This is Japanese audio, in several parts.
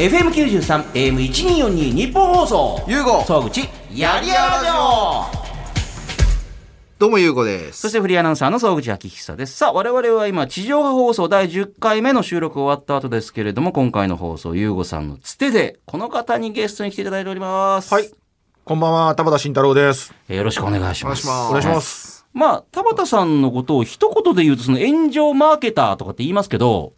FM93 AM1242 日本放送ゆうご総口やりやらじょどうもゆうごです。 そしてフリーアナウンサーの総口昭久です。さあ我々は今地上波放送第10回目の収録終わった後ですけれども、今回の放送ゆうごさんのつてでこの方にゲストに来ていただいております。 はい、こんばんは、田畑慎太郎です。 よろしくお願いします。 お願いします。 まあ田畑さんのことを一言で言うとその炎上マーケターとかって言いますけど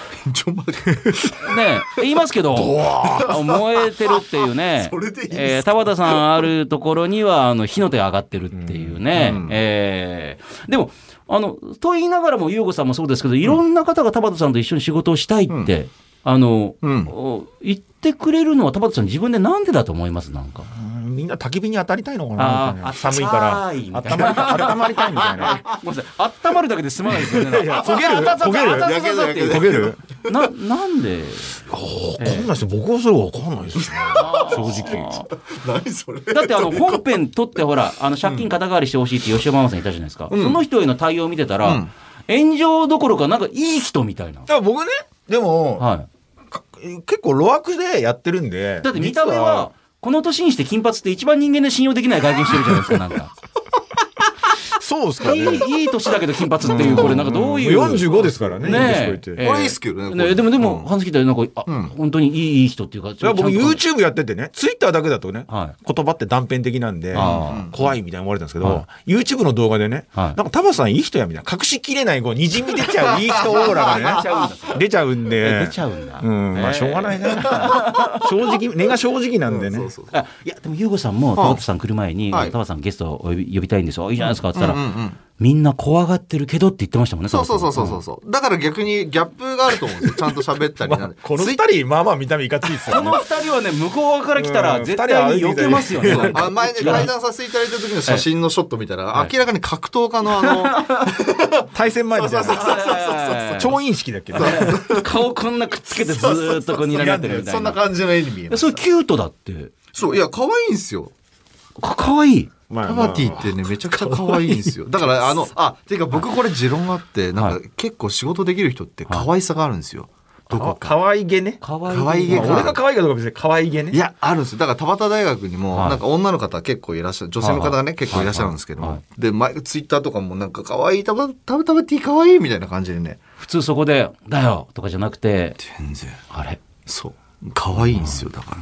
ね言いますけど燃えてるっていうねそれでいいですか。 田畑さんあるところには火の手上がってるっていうね、でもと言いながらも優吾さんもそうですけど、いろんな方が田畑さんと一緒に仕事をしたいって、言ってくれるのは田畑さん自分でなんでだと思います？なんかみんな焚き火に当たりたいのかなみたいな。寒いから温まりたいみたいな。 ごめんなさい、温まるだけで済まないですよね。 焦げるなんでわかんないですよ。僕はそれわかんないですよ正直。 何それ。 だって本編撮ってほら借金肩代わりしてほしいって吉尾ママさんいたじゃないですか、その人への対応を見てたら、炎上どころかなんかいい人みたいな。 だから僕ね、でも、結構路悪でやってるんで。 だって見た目はこの年にして金髪って一番人間で信用できない外見してるじゃないですか。なんかそうですかね。 いい年だけど金髪っていう、これなんかどういう 45ですからね。 これいいっすけどね。 でも話聞いたらなんか本当にいい人っていうか。 僕 YouTube やっててね、Twitter だけだとね、言葉って断片的なんで怖いみたいに思われたんですけど、YouTube の動画でね、なんか田畑さんいい人やみたいな、隠しきれないにじみ出ちゃういい人オーラがね出ちゃうんで。 出ちゃうんだ。 まあしょうがないね。正直根が正直なんでね。 いやでも優吾さんも田畑さん来る前に田畑さんゲストを呼びたいんですよ、いいじゃないですかって言ったら、みんな怖がってるけどって言ってましたもんね。 そうだから逆にギャップがあると思うんですよ。ちゃんと喋ったりなんで、 この二人まあまあ見た目いかついですよね。 この二人はね、向こう側から来たら絶対に避けますよね。 前ね対談させていただいた時の写真のショット見たら、明らかに格闘家の対戦前みたいな超認識だっけど、 顔こんなくっつけてずーっとこう睨み合ってるみたいな、 そんな感じの絵に見えます。 それキュートだって。 そう、いや可愛いんですよ。 可愛い。 タバティってね、めちゃくちゃ可愛いんですよ。だからていうか僕これ持論があって、なんか結構仕事できる人って可愛さがあるんですよ。どこか。 可愛げね。 可愛げ。 俺が可愛いかどうか別に可愛げね。 いや、あるんですよ。だから田端大学にも、なんか女の方結構いらっしゃる、女性の方がね、結構いらっしゃるんですけど、で、ツイッターとかもなんか可愛い、タバティ可愛いみたいな感じでね。 普通そこで、だよとかじゃなくて、 全然。 あれそう。可愛いんですよ、だから。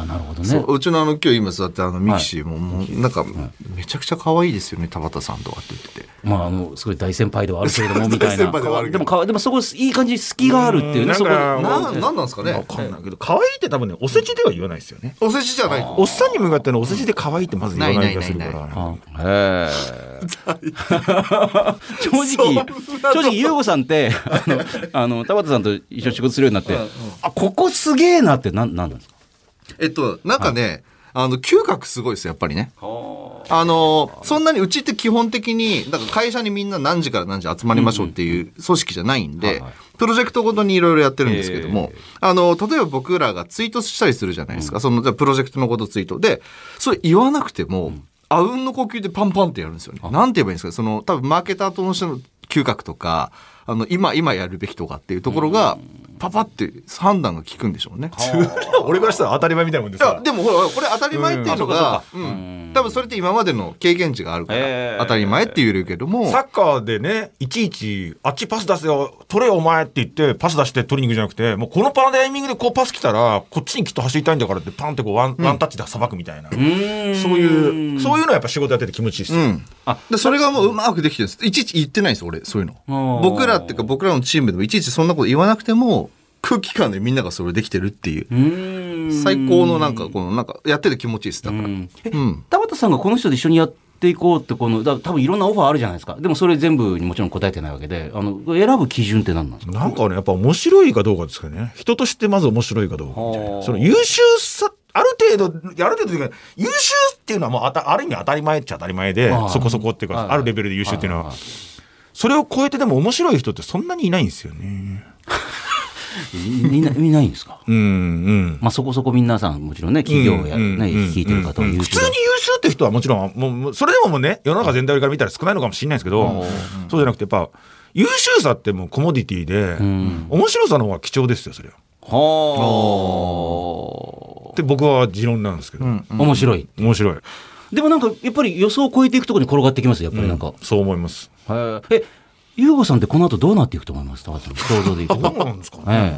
なるほどね。 うちの今日今座ってミキシーもなんかめちゃくちゃ可愛いですよね、田畑さんとかって言ってて。 まあすごい大先輩ではあるけれどもみたいな。でもそこいい感じ、隙があるっていうね。そこなんなんですかね。 わかんないけど、可愛いって多分ね、お世辞では言わないですよね。 お世辞じゃない。 おっさんに向かってのお世辞で可愛いってまず言わない気がするから。 正直優吾さんって田畑さんと一緒に仕事するようになって、ここすげえなってなんなんですか？ なんかね、嗅覚すごいですよ、やっぱりね。そんなにうちって基本的に、だから会社にみんな何時から何時集まりましょうっていう組織じゃないんで、プロジェクトごとにいろいろやってるんですけども、例えば僕らがツイートしたりするじゃないですか。じゃあプロジェクトのことツイートで、それ言わなくても、あうんの呼吸でパンパンってやるんですよね。なんて言えばいいんですか？多分マーケターとの人の嗅覚とか、今やるべきとかっていうところが、パパって判断が効くんでしょうね。 俺からしたら当たり前みたいなもんでさ。 でもほら、これ当たり前っていうのが、多分それって今までの経験値があるから、当たり前って言えるけども。 サッカーでね、いちいち、あっちパス出せよ、取れよお前って言って、パス出して取りに行くじゃなくて、もうこのタイミングでこうパス来たら、こっちにきっと走りたいんだからって、パンってこうワンタッチでさばくみたいな。そういうのはやっぱ仕事やってて気持ちいいですよ。 でそれがもううまくできてるんです。いちいち言ってないんです、俺、そういうの。僕らっていうか、僕らのチームでもいちいちそんなこと言わなくても、空気感でみんながそれできてるっていう。最高のなんかやってて気持ちいいです。だから。 田畑さんがこの人で一緒にやっていこうって多分いろんなオファーあるじゃないですか。でもそれ全部にもちろん答えてないわけで、選ぶ基準って何なんですか？ なんかね、やっぱ面白いかどうかですかね。人としてまず面白いかどうかみたいな。その優秀さ、ある程度というか、優秀っていうのはもうある意味当たり前っちゃ当たり前で、そこそこっていうか、あるレベルで優秀っていうのは、それを超えてでも面白い人ってそんなにいないんですよね。 いないんですか？まあそこそこ皆さんもちろんね、企業やね、聞いてる方は優秀。 普通に優秀って人はもちろん、もうそれでもね、世の中全体から見たら少ないのかもしれないですけど、そうじゃなくてやっぱ優秀さってもうコモディティで、面白さの方が貴重ですよ、それは。 はで僕は持論なんですけど、 面白い。 面白い。 でもなんかやっぱり予想を超えていくところに転がってきますやっぱりなんか。 そう思います。 ゆうごさんってこの後どうなっていくと思います？高橋さん想像でいくと。 どうなんですかね。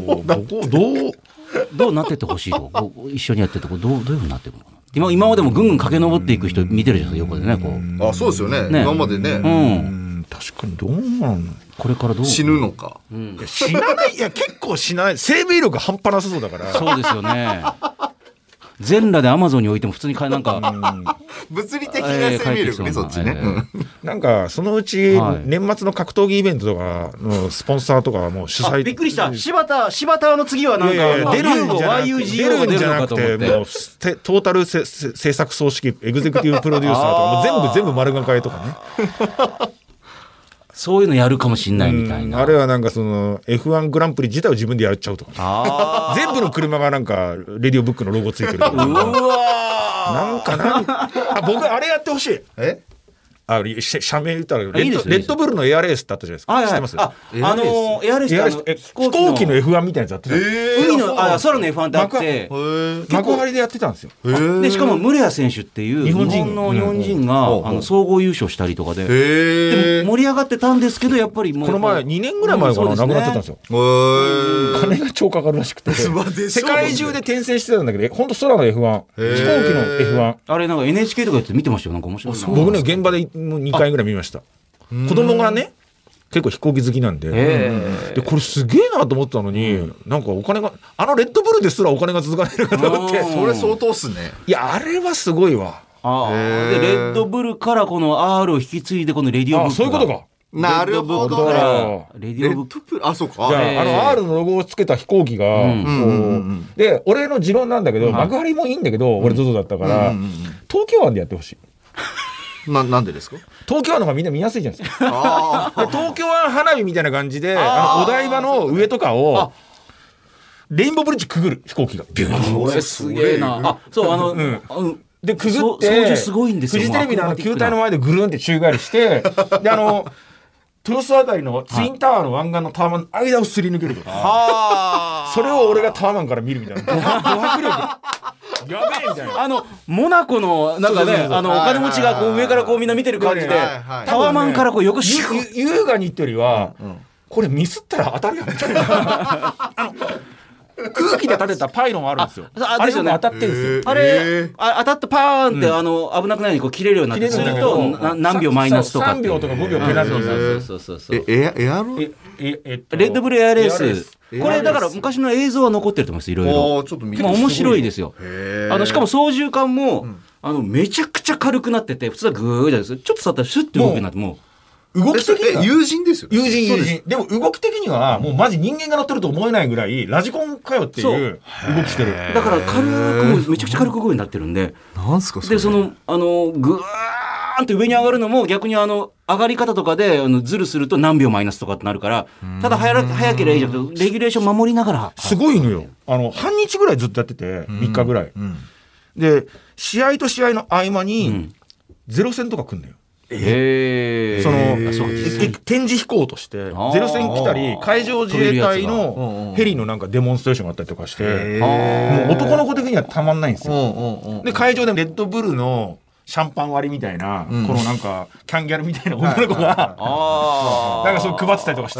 どうなってってほしいと一緒にやっててどういうふうになっていくのかな。今までもぐんぐん駆け上っていく人見てるじゃないですか横でねこう。 あ、そうですよね。今までね。 確かにどうなの。 これからどう死ぬのか。 死なない。いや結構死なない。生命力半端なさそうだから。 そうですよね。全裸でアマゾンに置いても普通になんか物理的な生命力ね、そっちね。 なんかそのうち年末の格闘技イベントとかのスポンサーとかはもう主催。 びっくりした。柴田の次はなんか出るんじゃなくてもうトータル制作総指揮エグゼクティブプロデューサーとかもう全部丸がかえとかね。 そういうのやるかもしんないみたいな。 あれはなんかその F1 グランプリ自体を自分でやっちゃうとか。全部の車がなんかレディオブックのロゴついてるとか。なんか僕あれやってほしい。社名言ったらレッドブルのエアレースってあったじゃないですか。知ってます？ エアレースって飛行機の F1 みたいなやつやってた。 海の空の F1 ってあって幕張でやってたんですよ。 でしかもムレア選手っていう日本人が総合優勝したりとかででも盛り上がってたんですけどやっぱりもうこの前2年ぐらい前かな亡くなってたんですよ。金が超かかるらしくて世界中で転戦してたんだけど本当空の F1 飛行機の F1 あれなんか NHK とかやって見てましたよ。なんか面白い。 僕ね現場で2回ぐらい見ました。子供がね結構飛行機好きなんで、でこれすげえなと思ってたのに、なんかお金がレッドブルですらお金が続かないのかと思って。 それ相当っすね。 いやあれはすごいわ。 でレッドブルからこの R を引き継いでこのレディオブック。 そういうことか。 なるほど。 レディオブック。 あ、そうか。 R のロゴをつけた飛行機がで俺の持論なんだけど幕張もいいんだけど俺 ZOZO だったから東京湾でやってほしい。 なんでですか？ 東京湾の方がみんな見やすいじゃないですか。東京湾花火みたいな感じでお台場の上とかをレインボーブリッジくぐる飛行機がこれすげえな。そうでくぐって操縦すごいんですよ。 フジテレビの球体の前でぐるんって宙返りしてで豊洲あたりのツインタワーの湾岸のタワマンの間をすり抜けるとか、それを俺がタワマンから見るみたいな。ド迫力やべえみたいな。 モナコのなんかねお金持ちがこう上からこうみんな見てる感じでタワマンからこうよく優雅に言ってるよりはこれミスったら当たるよみたいな。空気で立てたパイロンあるんですよ。あれも当たってるんですよ。 あれ当たってパーンって危なくないようにこう切れるようになってすると何秒マイナスとか 3秒とか5秒ペナルティー。 そうエアロレッドブルエアレースこれだから昔の映像は残ってると思います。いろいろ面白いですよ。しかも操縦桿もめちゃくちゃ軽くなってて普通はグーじゃないですか。ちょっと触ったらシュッて動くようになってもう動き的には友人ですよ。 友人でも動き的にはもうマジ人間が乗ってると思えないぐらいラジコンかよっていう動きしてる。 だから軽くもうめちゃくちゃ軽く動くようになってるんでなんすかそれ。 でグワーンって上に上がるのも逆に上がり方とかでズルすると何秒マイナスとかってなるからただ早ければいいじゃんレギュレーション守りながらすごいのよ。半日ぐらいずっとやってて3日ぐらいで試合と試合の合間にゼロ戦とか来んのよ。展示飛行としてゼロ戦来たり海上自衛隊のヘリのなんかデモンストレーションがあったりとかしてもう男の子的にはたまんないんですよ。で会場でレッドブルのシャンパン割りみたいな、このなんかキャンギャルみたいな女の子がなんかそう配ってたりとかして、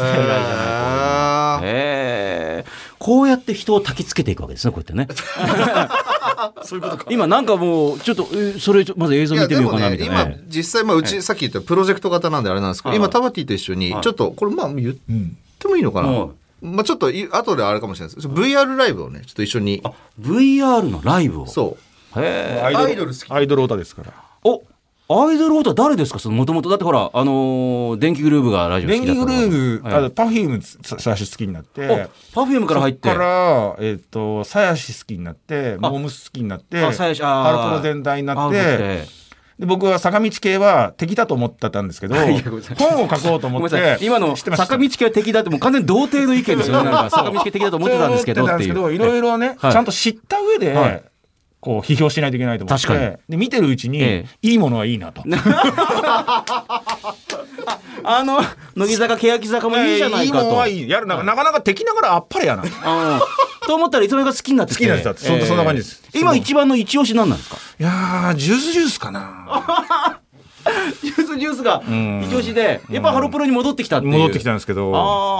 こうやって人を焚きつけていくわけですねこうやってね。そういうことか。今なんかもうちょっとそれまず映像見てみようかなみたいな。 今実際うちさっき言ったプロジェクト型なんであれなんですけど今タバティと一緒にちょっとこれ言ってもいいのかな。ちょっと後であれかもしれないです。VR ライブをねちょっと一緒に。 VR のライブを。 そう。 アイドル好き。アイドルオタですから。 アイドルオタ誰ですかもともと。だってほら電気グルーヴがラジオ好きだった。 電気グルーヴパフューム最初好きになってパフュームから入ってそっからサヤシ好きになってモームス好きになってハルプロ全体になってで僕は坂道系は敵だと思ってたんですけど本を書こうと思って今の坂道系は敵だってもう完全に童貞の意見ですよね。なんか坂道系敵だと思ってたんですけどっていういろいろねちゃんと知った上でこう批評しないといけないと思って、 確かにで見てるうちに、いいものはいいなと。 乃木坂欅坂もいいじゃないかと。 いいものはいい。なかなか敵ながらあっぱれやな。 と思ったら磯部が好きになって好きになってた。そんな感じです。 今一番の一押し何なんですか？ いやー、ジュースかな。 ジュースが一押しで、やっぱハロプロに戻ってきたっていう。 戻ってきたんですけど。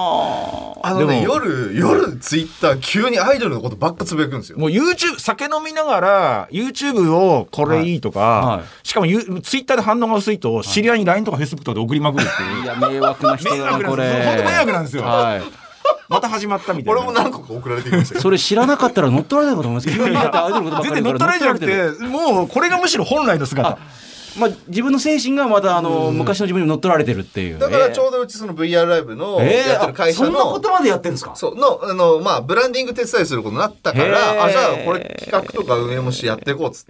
夜ツイッター急にアイドルのことばっかつぶやくんですよ。 もう YouTube、酒飲みながら YouTube をこれいいとか、しかもツイッターで反応が薄いと知り合いに LINE とか Facebook とかで送りまくるっていう。 いや、迷惑な人だな、これ。 本当迷惑なんですよ。また始まったみたいな。 俺も何個か送られてきましたよ。 それ知らなかったら乗っ取られないこと思いますけど、 全然乗っ取られじゃなくて、もうこれがむしろ本来の姿。 自分の精神がまた昔の自分に乗っ取られてるっていう。 だからちょうどうちその VR ライブのやってる会社の、 そんなことまでやってるんですか？ そうのブランディング手伝いすることになったから、じゃあこれ企画とか運営もしやっていこうっつって、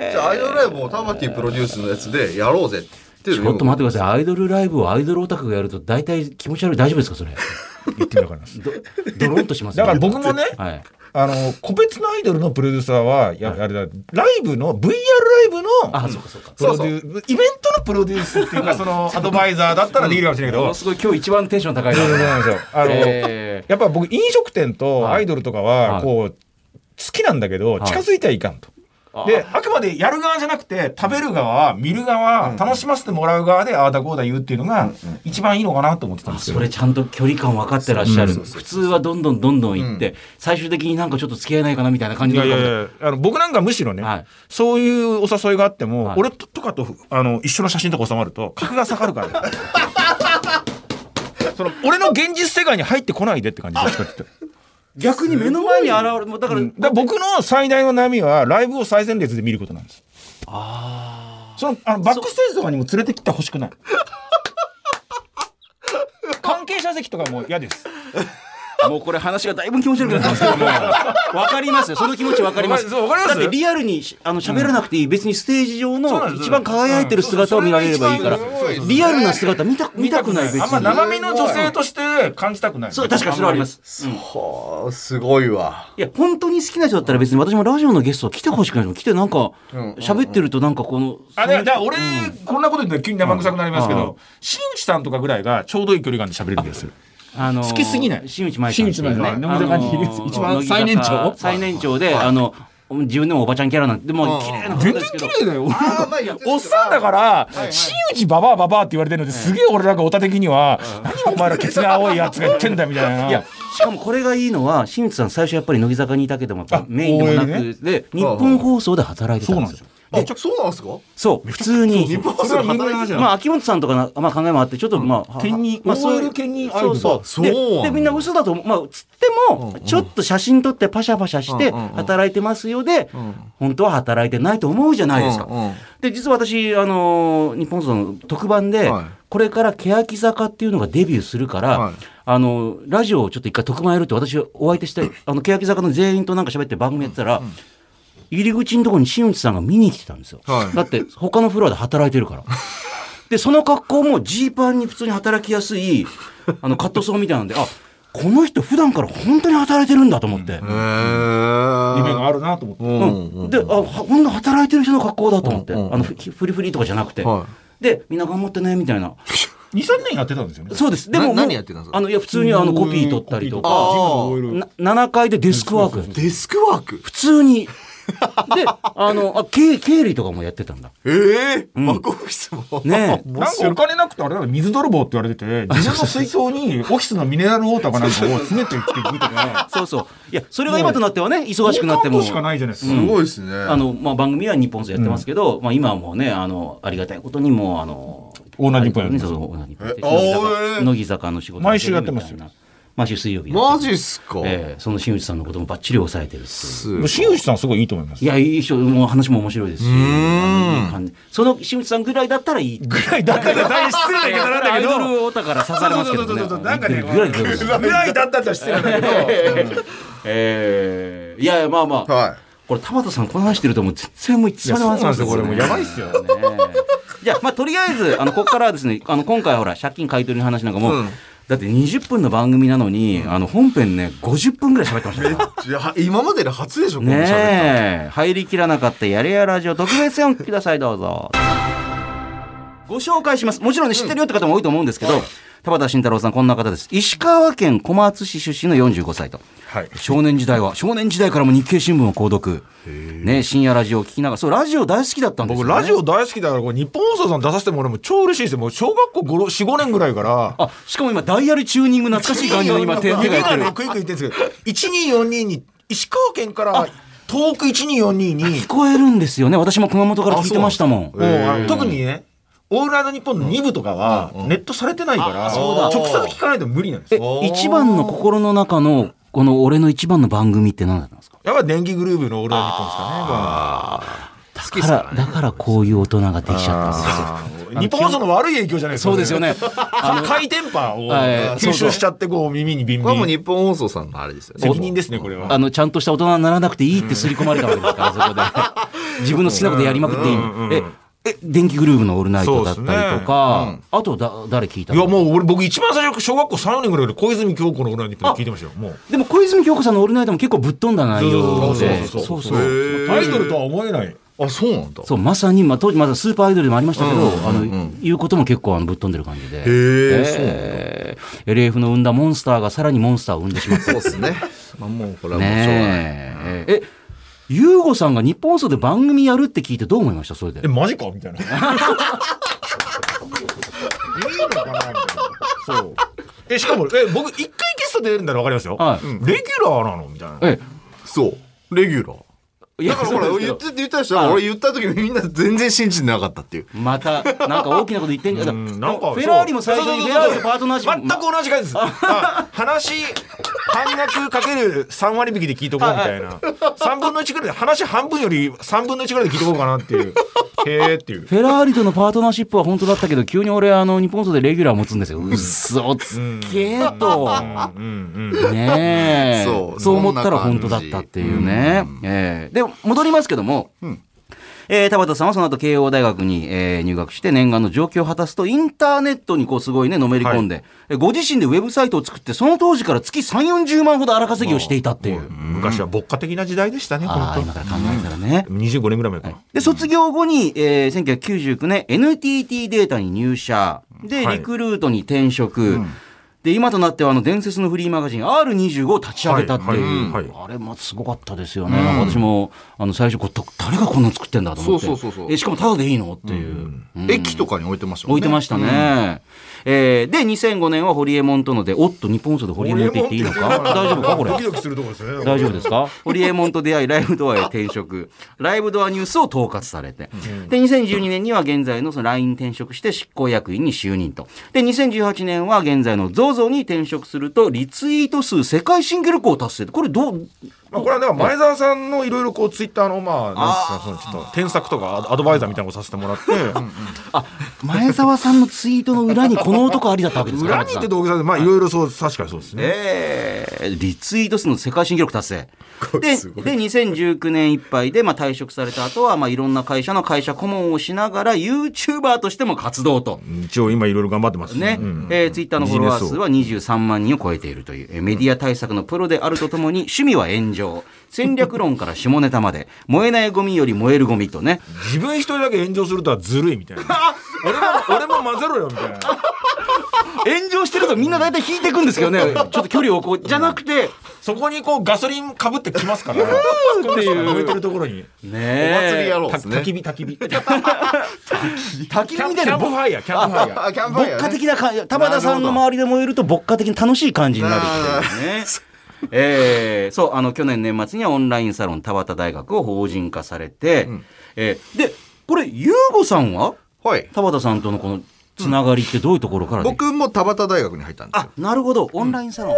じゃあアイドルライブをタマティプロデュースのやつでやろうぜっていう。 ちょっと待ってください。アイドルライブをアイドルオタクがやると大体気持ち悪い。大丈夫ですかそれ？ 言ってみようかな。 ドロンとしますね。 だから僕もね、個別のアイドルのプロデューサーは、あれだ、ライブの、VR ライブの、イベントのプロデュースっていうか、その、アドバイザーだったらできるかもしれないけど、 すごい今日一番テンション高い。 そうなんですよ。やっぱ僕、飲食店とアイドルとかは、こう、好きなんだけど、近づいてはいかんと。で、あくまでやる側じゃなくて、食べる側、見る側、楽しませてもらう側で、ああだこうだ言うっていうのが、一番いいのかなと思ってたんですけど。 それちゃんと距離感分かってらっしゃる。普通はどんどん行って、最終的になんかちょっと付き合えないかなみたいな感じで。 いや僕なんかむしろね、そういうお誘いがあっても、俺とかと一緒の写真とか収まると、格が下がるから。俺の現実世界に入ってこないでって感じですかって。 逆に目の前に現れる。だから僕の最大の悩みはライブを最前列で見ることなんです。バックステージとかにも連れてきてほしくない。関係者席とかも嫌です。 もうこれ話がだいぶ気持ち悪くなってますけども、わかりますよ。その気持ちわかります。だってリアルに喋らなくていい、別にステージ上の一番輝いてる姿を見られればいいから、リアルな姿見たくない別に。 あんま生身の女性として感じたくない。 そう、確かにそれはあります。 はあ、すごいわ。 いや、本当に好きな人だったら別に私もラジオのゲスト来てほしくないの。来てなんか喋ってるとなんかこの。 俺こんなこと言ったら急に生臭くなりますけど、新内さんとかぐらいがちょうどいい距離感で喋れる気がする。好きすぎない。 新内舞さんっていうね。 一番最年長。 最年長で、自分でもおばちゃんキャラなんて、でも綺麗な方ですけど。 全然綺麗だよ。おっさんだから、新内ババアババアって言われてるのですげえ俺なんかオタ的には、何お前らケツが青いやつが言ってんだみたいな。 いや、しかもこれがいいのは、新内さん最初やっぱり乃木坂にいたけども、メインでもなく、で、日本放送で働いてたんですよ。 そうなんですか？ そう、普通に。秋元さんとか考えもあって、ちょっと県に、県にアイドル。 そうで、みんな嘘だと、つっても、ちょっと写真撮ってパシャパシャして、働いてますよで、本当は働いてないと思うじゃないですか。で、実は私、日本放送の特番で、これから欅坂っていうのがデビューするから、ラジオをちょっと一回特番やるって私お相手して、欅坂の全員となんか喋って番組やってたら、入り口のところに新内さんが見に来てたんですよ。だって他のフロアで働いてるから。で、その格好もジーパンに普通に働きやすい、カットソーみたいなんで、この人普段から本当に働いてるんだと思って。夢があるなと思って。 で、本当に働いてる人の格好だと思って。フリフリとかじゃなくて。で、みんな頑張ってね、みたいな。 2、3年やってたんですよね。 そうです。でも、 何やってたんですか？ いや、普通にコピー取ったりとか、7階でデスクワーク。 デスクワーク？ 普通に。で、経理とかもやってたんだ。 バックオフィスも。 ねえ。 なんかお金なくてあれだから水泥棒って言われてて、自分の水筒にオフィスのミネラルウォーターかなんかを詰めていっていくとか。 そうそう。いや、それが今となってはね、忙しくなっても。 しかないじゃないですか。 すごいですね。 番組は日本放送やってますけど、今はもうね、ありがたいことにもオーナー日本やってます。 乃木坂の仕事。 毎週やってますよ。 毎週水曜日。 マジっすか？ その新内さんのこともバッチリ抑えてるっていう。 新内さんすごいいいと思います。 いや、いい人、もう話も面白いですし。その新内さんぐらいだったらいい。 ぐらいだったら大変失礼な言い方なんだけど。 アイドルオタから刺されますけどね。 なんかね、ぐらいだったら失礼なんだけど。いや、まあまあ。これ田畑さんこの話してるともう全然もういつまでも話しますよ。 これもうやばいっすよ。 じゃあ、とりあえず、ここからはですね、今回ほら、借金買い取りの話なんかも、 だって20分の番組なのに、本編ね50分ぐらい喋ってましたから今までで初でしょ、こんな喋ったの。 ねえ、入りきらなかったやれやラジオ特別編をお聞きください、どうぞ。ご紹介します。もちろんね、知ってるよって方も多いと思うんですけど、田畑慎太郎さん、こんな方です。石川県小松市出身の45歳と。 はい、 少年時代からも日経新聞を購読。ね、深夜ラジオを聞きながら、そう、ラジオ大好きだったんですよ、ね。 僕、ラジオ大好きだから、日本放送さん出させてもらうのも超嬉しいですよ。もう小学校4、5年ぐらいから。 あ、しかも今、ダイヤルチューニング懐かしい感じの今、手がやってる。 クイック言ってるんですけど、1242に、石川県から、遠く1242に。 聞こえるんですよね。私も熊本から聞いてましたもん。 特にね、オールナイトニッポンの2部とかはネットされてないから、直接聞かないと無理なんですよ。 一番の心の中のこの俺の一番の番組って何だったんですか？ やっぱり電気グルーヴのオールナイトニッポンですかね。 だからこういう大人ができちゃったんですよ。 日本放送の悪い影響じゃないですか。 そうですよね。 回転波を吸収しちゃってこう耳にビンビン。 これも日本放送さんのあれですよね。 責任ですね、これは。 ちゃんとした大人にならなくていいって刷り込まれたわけですから、そこで。自分の好きなことやりまくっていい。電気グルーヴのオールナイトだったりとか、あと誰聞いたの？ いやもう僕一番最初小学校3年ぐらいで小泉京子のオールナイト聞いてましたよ。もうでも小泉京子さんのオールナイトも結構ぶっ飛んだ内容で、 そうアイドルとは思えない。 あ、そうなんだ。 そう、まさに当時まだスーパーアイドルでもありましたけど、言うことも結構ぶっ飛んでる感じで。LF の生んだモンスターがさらにモンスターを生んでしまった。 そうですね。もうこれはもうしょうがない。 ゆうごさんが日本放送で番組やるって聞いてどう思いました？それで。 マジかみたいな。いいのかなみたいな。そう。しかも僕一回ゲストで出るんだらわかりますよ。レギュラーなのみたいな。 そう。レギュラー。だからほら言ったでしょ。俺言った時みんな全然信じてなかったっていう。 またなんか大きなこと言ってんじゃん。なんかフェラーリも最初にフェラーリとパートナーシップ全く同じ回です。話半額かける3割引きで聞いとこうみたいな。3分の1ぐらいで話半分より3分の1ぐらいで聞いとこうかなっていう。へーっていう。 フェラーリとのパートナーシップは本当だったけど、急に俺日本放送でレギュラー持つんですよ。うっそつけーと。ねえ。そう思ったら本当だったっていうね。で戻りますけども、田畑さんはその後慶応大学に、入学して念願の上京を果たすと、インターネットにこうすごいねのめり込んで、ご自身でウェブサイトを作って、その当時から月3、40万ほど荒稼ぎをしていたっていう。 昔は牧歌的な時代でしたね。 今から考えたらね。 25年ぐらい前かな。 で卒業後に、1999年 NTT データに入社で、リクルートに転職。で今となっては伝説のフリーマガジン R25 を立ち上げたっていう、あれもすごかったですよね。私も最初誰がこんなの作ってんだと思って、しかもタダでいいのっていう、 駅とかに置いてましたもんね。 置いてましたね。で2005年はホリエモンとので、おっと日本放送でホリエモンって言っていいのか、大丈夫かこれ。 ドキドキするとこですね。 大丈夫ですか？ホリエモンと出会いライブドアへ転職、ライブドアニュースを統括されて、で2012年には現在のその LINE 転職して執行役員に就任と、で2018年は現在の ZOZO に転職するとリツイート数世界新記録を達成。これどう？ これはでも前澤さんのいろいろこうツイッターのちょっと添削とかアドバイザーみたいなことさせてもらって、 前澤さんのツイートの裏にこの男ありだったわけですか？ 裏にって道具さんでいろいろそう確かにそうですね。 リツイート数の世界新記録達成で2019年いっぱいで退職された後はいろんな会社の会社顧問をしながら YouTuber としても活動と。 一応今いろいろ頑張ってますね。ツイッターのフォロワー数は23万人を超えているという、メディア対策のプロであるとともに趣味は炎上、戦略論から下ネタまで燃えないゴミより燃えるゴミとね。 自分一人だけ炎上するとはずるいみたいな。俺も混ぜろよみたいな。 炎上してるとみんな大体引いていくんですけどね。ちょっと距離をこうじゃなくて、 そこにこうガソリンかぶってきますから。っていう燃えてるところに。 ね。お祭りやろうですね。 焚き火。 焚き火みたいな。 キャンプファイヤー。 牧歌的な田畑さんの周りで燃えると牧歌的に楽しい感じになるっていうね。そう去年年末にはオンラインサロン田畑大学を法人化されて、でこれゆうごさんは、田畑さんとのこのつながりってどういうところからで？ 僕も田畑大学に入ったんですよ。 なるほど、オンラインサロン。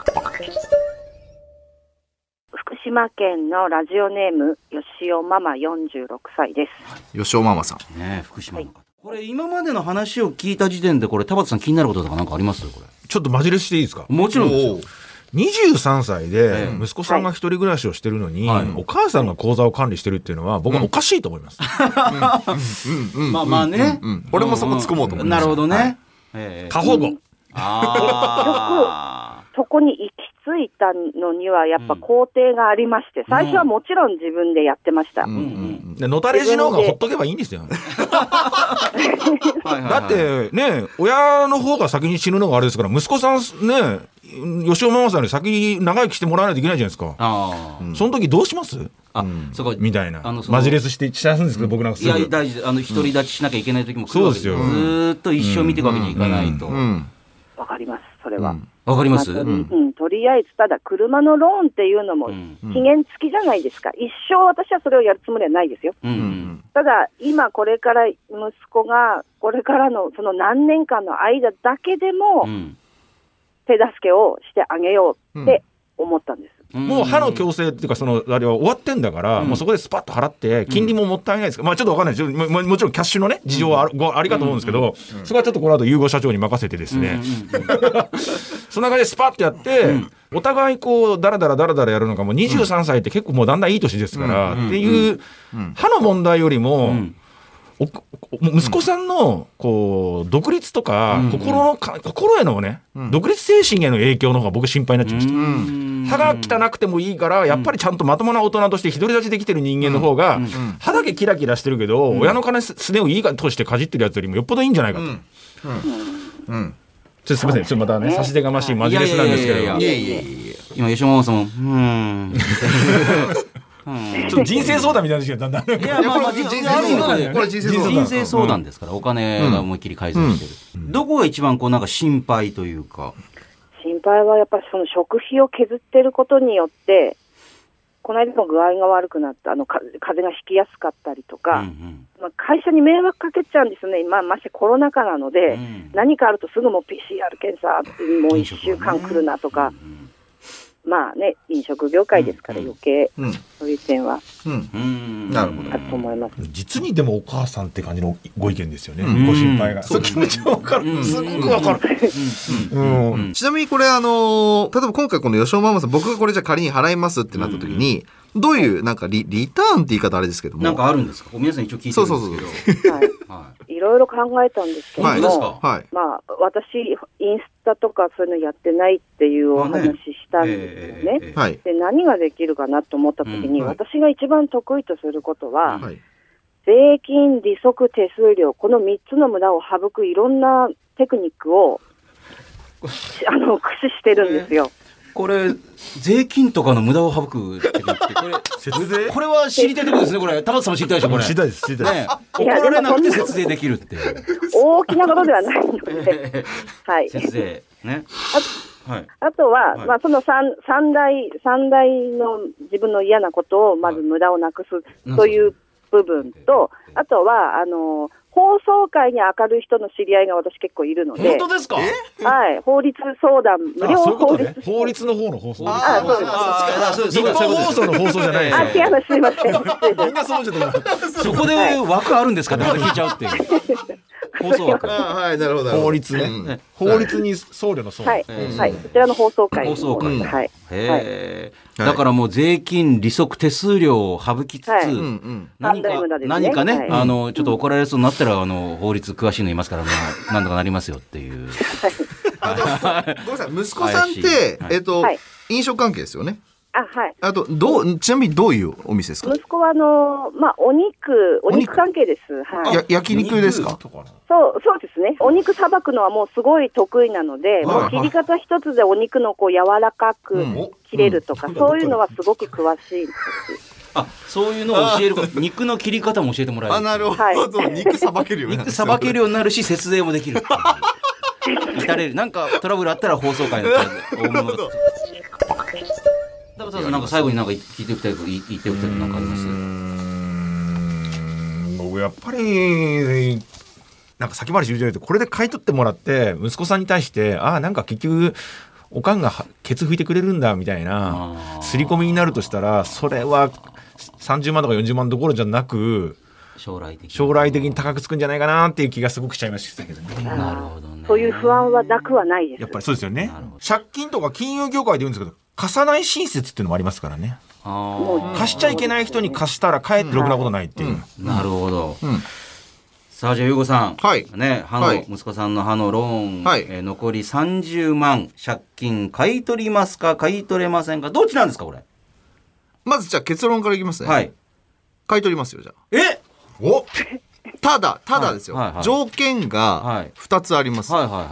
福島県のラジオネーム吉尾ママ46歳です。 吉尾ママさんね、福島の方、これ今までの話を聞いた時点でこれ田畑さん気になることとか何かあります？これちょっとマジレスしていいですか？ もちろんですよ。 23歳で息子さんが一人暮らしをしてるのに、お母さんが口座を管理してるっていうのは僕はおかしいと思います。 まあね、 俺もそこ突っ込もうと思います。 なるほどね。 過保護。 そこに行き着いたのにはやっぱ工程がありまして、最初はもちろん自分でやってました。 のたれ死の方がほっとけばいいんですよ。だってね、親の方が先に死ぬのがあれですから、息子さんね、吉尾ママさんに先に長生きしてもらわないといけないじゃないですか。その時どうします？そこみたいなマジレスしてしちゃうんですけど、僕なんかすぐ、 いや大事、独り立ちしなきゃいけない時も来るわけですよ。ずっと一生見ていくわけにいかないと。 わかります、それは。 わかります。 とりあえずただ車のローンっていうのも期限付きじゃないですか。一生私はそれをやるつもりはないですよ。ただ今これから息子がこれからのその何年間の間だけでも手助けをしてあげようって思ったんです。 もう歯の矯正っていうか、そのあれは終わってんだから、もうそこでスパッと払って金利ももったいないですから、まあちょっとわかんないです。 もちろんキャッシュのね事情はありかと思うんですけど、そこはちょっとこの後融合社長に任せてですね、そんな感じでスパッとやって、お互いこうダラダラやるのが、もう23歳って結構もうだんだんいい年ですから、っていう歯の問題よりも、息子さんのこう独立とか、心へのね、独立精神への影響の方が僕心配になっちゃいました。歯が汚くてもいいから、やっぱりちゃんとまともな大人として独り立ちできてる人間の方が、歯だけキラキラしてるけど、親の金すねをいいとしてかじってるやつよりもよっぽどいいんじゃないかと。すみません、ちょっとまたね、差し出がましいマジレスなんですけど、 今吉本さんもちょっと人生相談みたいな時間だんだん。いや、 これ人生相談ですから、お金が思いっきり改善してる。どこが一番こうなんか心配というか。 心配はやっぱりその食費を削ってることによって、この間の具合が悪くなった、風邪がひきやすかったりとか、会社に迷惑かけちゃうんですね。ましてコロナ禍なので、何かあるとすぐもう PCR 検査もう1週間来るなとか。まあね、飲食業界ですから余計、そういう点はなるほどあると思います。 実にでもお母さんって感じのご意見ですよね、ご心配が。そう気持ちは分かる、すごく分かる。 ちなみにこれ例えば今回この吉尾ママさん、僕がこれじゃ仮に払いますってなった時に、どういうなんかリターンって言い方あれですけども、 なんかあるんですか？皆さん一応聞いてるんですけど。 いろいろ考えたんですけども、まあ私インスタとかそういうのやってないっていうお話したんですよね。で何ができるかなと思った時に、私が一番得意とすることは、税金、利息、手数料、この3つの無駄を省くいろんなテクニックを駆使してるんですよ。 これ税金とかの無駄を省くって言って、これは知りたいところですね。これ田畑さんも知りたいでしょ。これ知りたいです、知りたいです。 怒られなくて節税できるって大きなことではないので、はい。 節税ね。 あとは、まあその三大の自分の嫌なことをまず無駄をなくすという部分と、あとは放送会に明るい人の知り合いが私結構いるので。 本当ですか？ はい。法律相談、無料法律。 法律の方の放送。 そうです。 日本放送の放送じゃないですよ。違います、すいません。 みんなそうじゃない。 そこで枠あるんですかってまた聞いちゃうっていう。放送枠。 はい、なるほど。 法律ね。法律に僧侶の僧。 はい。はい。こちらの放送会。 放送会。 はい。 だからもう税金、利息、手数料を省きつつ、何かね、ちょっと怒られそうになったら、法律詳しいのいますから、なんとかなりますよっていう。 ごめんなさい、息子さんって、飲食関係ですよね。 はい。 あと、ちなみにどういうお店ですか？ 息子はまあ、お肉関係です。はい。 焼肉ですか？ そうですね。お肉さばくのはもうすごい得意なので、もう切り方一つでお肉のこう柔らかく切れるとか、そういうのはすごく詳しいんです。 そういうのを教えるか、肉の切り方も教えてもらえる。 なるほど。肉さばけるようになる。 肉さばけるようになるし、節税もできるっていう。至れる。なんかトラブルあったら放送回の大物が。なんか最後になんか聞いておきたいこと言っておきたいことなんかあります？ 僕やっぱりなんか先回りし言うと、これで買い取ってもらって息子さんに対してなんか結局おかんがケツ拭いてくれるんだみたいな刷り込みになるとしたら、それは30万とか40万どころじゃなく将来的に高くつくんじゃないかなっていう気がすごくしちゃいましたけどね。 なるほどね。 そういう不安はなくはないです。 やっぱりそうですよね。借金とか金融業界で言うんですけど、貸さない親切っていうのもありますからね。貸しちゃいけない人に貸したらかえってろくなことないっていう。 なるほど。 さあじゃあゆうごさん、 はいね、息子さんの歯のローン、 はい残り30万借金買い取りますか買い取れませんか、どっちなんですかこれ。 まずじゃあ結論からいきますね。 はい。 買い取りますよ、じゃあ。 えおただですよ。条件が2つあります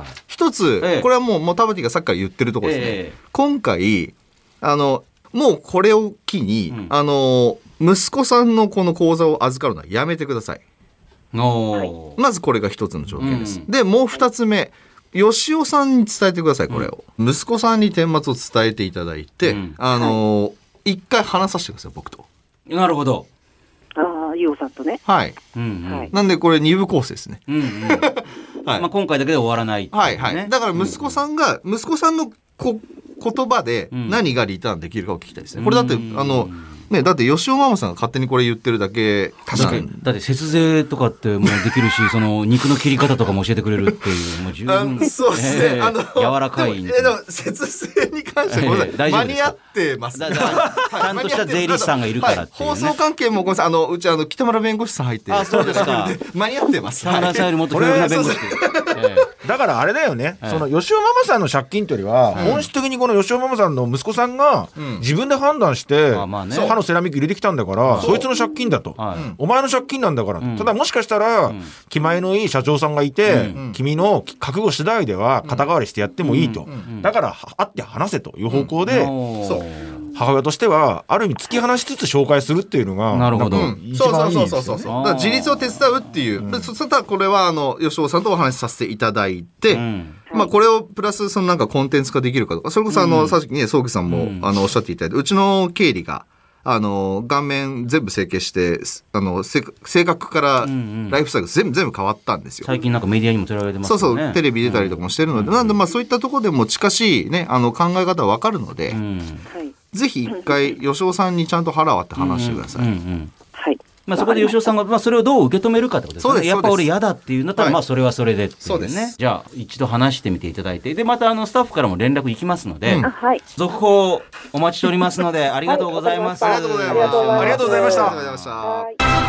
。1つ、これはもう田淵がさっきから言ってるところですね。今回、もうこれを機に、息子さんのこの口座を預かるのはやめてください。まずこれが一つの条件です。で、もう2つ目。吉尾さんに伝えてください、これを。息子さんに顛末を伝えていただいて、一回話させてください、僕と。 なるほど。 ゆうさんとね。 はい。なんでこれ二部構成ですね。 今回だけで終わらない。 だから息子さんの言葉で何がリターンできるかを聞きたいですね。これだってね、だって吉尾ママさんが勝手にこれ言ってるだけ。 確かに。だって節税とかってもうできるし、その肉の切り方とかも教えてくれるっていう、もう十分。 そうですね。 柔らかい。 でも節税に関しては間に合ってます。ちゃんとした税理士さんがいるからっていう。 放送関係もごめんなさい、うち北村弁護士さん入って。 あ、そうですか。 間に合ってます。 北村さんよりもっと強力な弁護士。 だからあれだよね、その吉尾ママさんの借金というよりは、本質的にこの吉尾ママさんの息子さんが自分で判断して歯のセラミック入れてきたんだから、そいつの借金だと、お前の借金なんだから、ただもしかしたら気前のいい社長さんがいて、君の覚悟次第では肩代わりしてやってもいいと、だから会って話せという方向で、母親としてはある意味突き放しつつ紹介するっていうのが、 なるほど、 そうだから自立を手伝うっていう、そしたらこれは吉尾さんとお話しさせていただいて、これをプラスそのなんかコンテンツ化できるかとか、それこそさっきね宗家さんもおっしゃっていただいて、うちの経理が顔面全部整形して性格からライフスタイル全部変わったんですよ。 最近なんかメディアにも取り上げてますね。 そうテレビ出たりとかもしてるので、なんでそういったところでも近しいね考え方は分かるので、ぜひ一回吉尾さんにちゃんと腹割って話してください。 そこで吉尾さんがそれをどう受け止めるかってことですね。やっぱ俺嫌だっていうんだったら、それはそれでっていうね。じゃあ一度話してみていただいて、でまたスタッフからも連絡行きますので、続報お待ちしておりますので、ありがとうございます。 ありがとうございました。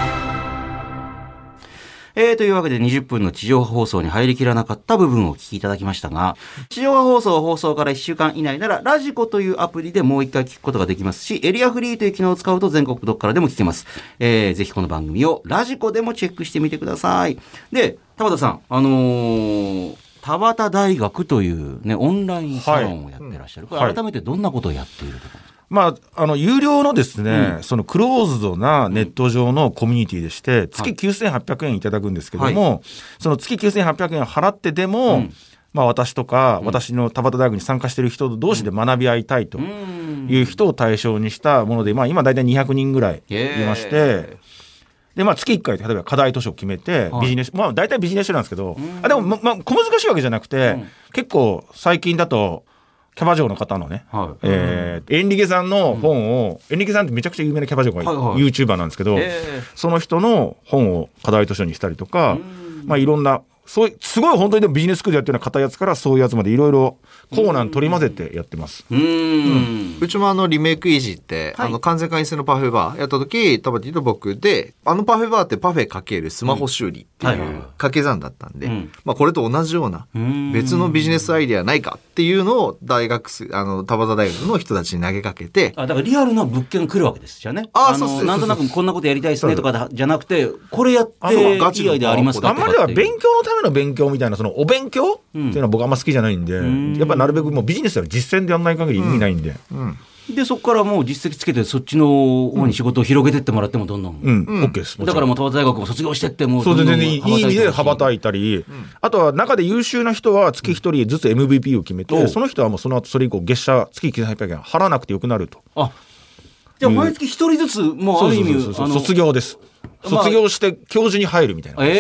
というわけで20分の地上波放送に入りきらなかった部分をお聞きいただきましたが、地上波放送から1週間以内ならラジコというアプリでもう一回聞くことができますし、エリアフリーという機能を使うと全国どこからでも聞けます。ぜひこの番組をラジコでもチェックしてみてください。で、田畑さん、田畑大学というね、オンラインサロンをやってらっしゃる。これ改めてどんなことをやっているとか。 有料のですね、そのクローズドなネット上のコミュニティでして、月9800円いただくんですけども、その月9800円払ってでも、私とか、私の田畑大学に参加している人同士で学び合いたいという人を対象にしたもので、今大体200人ぐらいいまして、で月1回例えば課題図書を決めてビジネス、大体ビジネス書なんですけど、でも小難しいわけじゃなくて、結構最近だとキャバ嬢の方のね、エンリケさんの本を、エンリケさんってめちゃくちゃ有名なキャバ嬢が YouTuber なんですけど、その人の本を課題図書にしたりとか、いろんなすごい本当にでもビジネススクールやってるような方やつからそういうやつまでいろいろコーナー取り混ぜてやってます。 うちもリメイクイージーって、完全会員制のパフェバーやった時、田畑と僕でパフェバーってパフェかけるスマホ修理っていう掛け算だったんで、これと同じような別のビジネスアイデアないかっていうのを田畑大学の人たちに投げかけて、 だからリアルな物件が来るわけですじゃね。なんとなくこんなことやりたいですねとかじゃなくて、これやっていいアイデアありますかとかっていう。 あんまりは勉強のための勉強みたいな、そのお勉強っていうのは僕あんま好きじゃないんで、やっぱなるべくもうビジネスは実践でやらない限り意味ないんで、 でそこからもう実績つけてそっちの方に仕事を広げてってもらってもどんどん OK です。 だからもう田畑大学も卒業してってもそう全然いい意味で羽ばたいたり、あとは中で優秀な人は月1人ずつ MVP を決めて、その人はもうその後それ以降月謝月9800円払わなくてよくなると。 じゃあ毎月1人ずつもうある意味卒業です。卒業して教授に入るみたいな。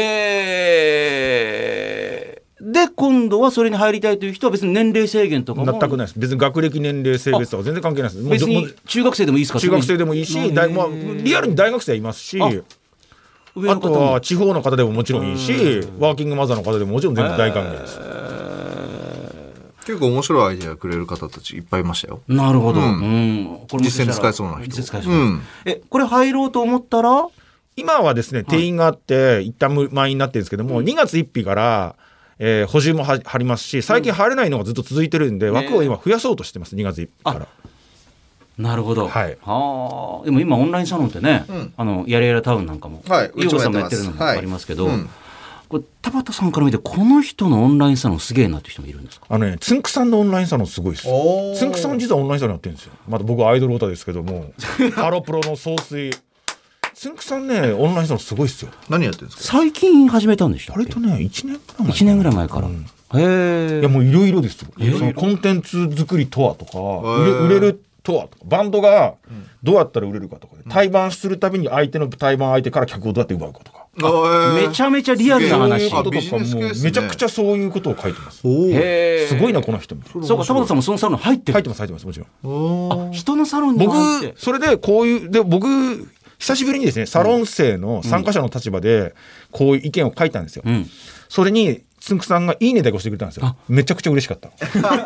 で今度はそれに入りたいという人は別に年齢制限とかも全くないです。別に学歴年齢性別とか全然関係ないです。 別に中学生でもいいですか。 中学生でもいいし、リアルに大学生はいますし、あとは地方の方でももちろんいいし、ワーキングマザーの方でももちろん全部大歓迎です。 結構面白いアイデアくれる方たちいっぱいいましたよ。 なるほど、 実践使えそうな人。 これ入ろうと思ったら今はですね、定員があって、一旦満員になってるんですけども、2月1日から、補充も張りますし、最近入れないのがずっと続いてるんで、枠を今増やそうとしてます、2月1日から。 なるほど。 はい。 でも今オンラインサロンってね、やれやれタウンなんかも、ゆうこさんもやってるのもありますけど、これ田畑さんから見てこの人のオンラインサロンすげえなって人もいるんですか？ つんくさんのオンラインサロンすごいです。つんくさん実はオンラインサロンやってるんですよ。また僕アイドルオタですけども、ハロプロの総帥。つんくさんね、オンラインサロンすごいですよ。 何やってるんですか？ 最近始めたんでしたっけ？ あれとね、1 年ぐらい前から。へえ。 いやもういろいろですよ。そのコンテンツ作りとはとか、売れるとはとか、バンドがどうやったら売れるかとか、対バンするたびに相手の対バン相手から客をどうやって奪うかとか。 めちゃめちゃリアルな話。 そういうこととかもめちゃくちゃそういうことを書いてます。すごいなこの人。 そうか、田畑さんもそのサロン入ってる。 入ってますもちろん。 人のサロンに入って。 僕それでこういうで僕久しぶりにですね、サロン生の参加者の立場でこういう意見を書いたんですよ。それにつんくさんがいいねだけ押してくれたんですよ。めちゃくちゃ嬉しかった。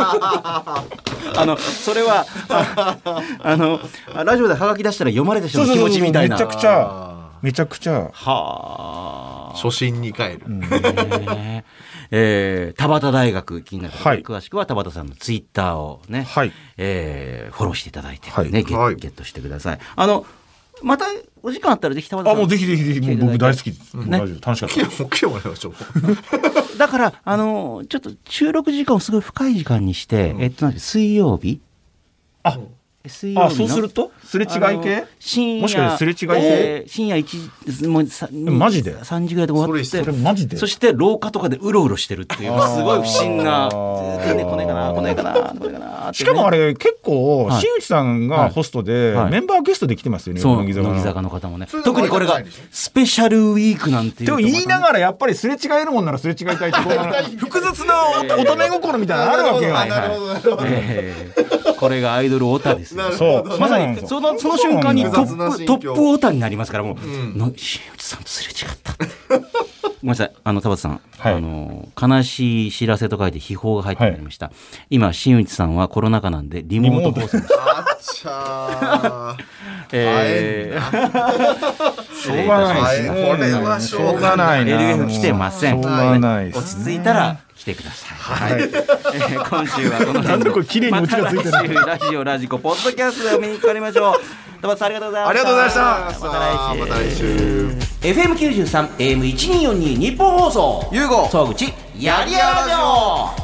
それはラジオでハガキ出したら読まれた人の気持ちみたいな。 めちゃくちゃ初心に帰る。 田畑大学気になる方、詳しくは田畑さんのツイッターをね、フォローしていただいてね、ゲットしてください。またお時間あったらぜひ田畑さん。 もうぜひもう僕大好きです。楽しかった。 来てもらいましょう。 だからちょっと収録時間をすごい深い時間にして、水曜日。 そうするとすれ違い系？もしかしてすれ違い系？ 深夜マジで 3時ぐらいで終わって、 それマジで？ そして廊下とかでうろうろしてるっていう、すごい不審な、来ねえかな。 しかもあれ結構新内さんがホストでメンバーゲストで来てますよね。 乃木坂の方もね。特にこれがスペシャルウィークなんていう。 でも言いながらやっぱりすれ違えるもんならすれ違いたいって複雑な乙女心みたいなのあるわけよ。 なるほど。 これがアイドルオタですね。そうまさにその瞬間にトップオタになりますから、もう新内さんとすれ違った。ごめんなさい、田畑さん、悲しい知らせと書いて秘宝が入ってまいりました。今新内さんはコロナ禍なんでリモート放送です。 あっちゃー。 しょうがないですね。 これはしょうがないな。 LF 来てません。 落ち着いたら来てください。今週はこのなんでこれ綺麗にオチがついてる。 また来週ラジオラジコポッドキャストでお目にかかりましょう。田畑さんありがとうございました。 ありがとうございました。また来週。 FM93 AM1242 日本放送。 ゆうご総口やりやらじょう。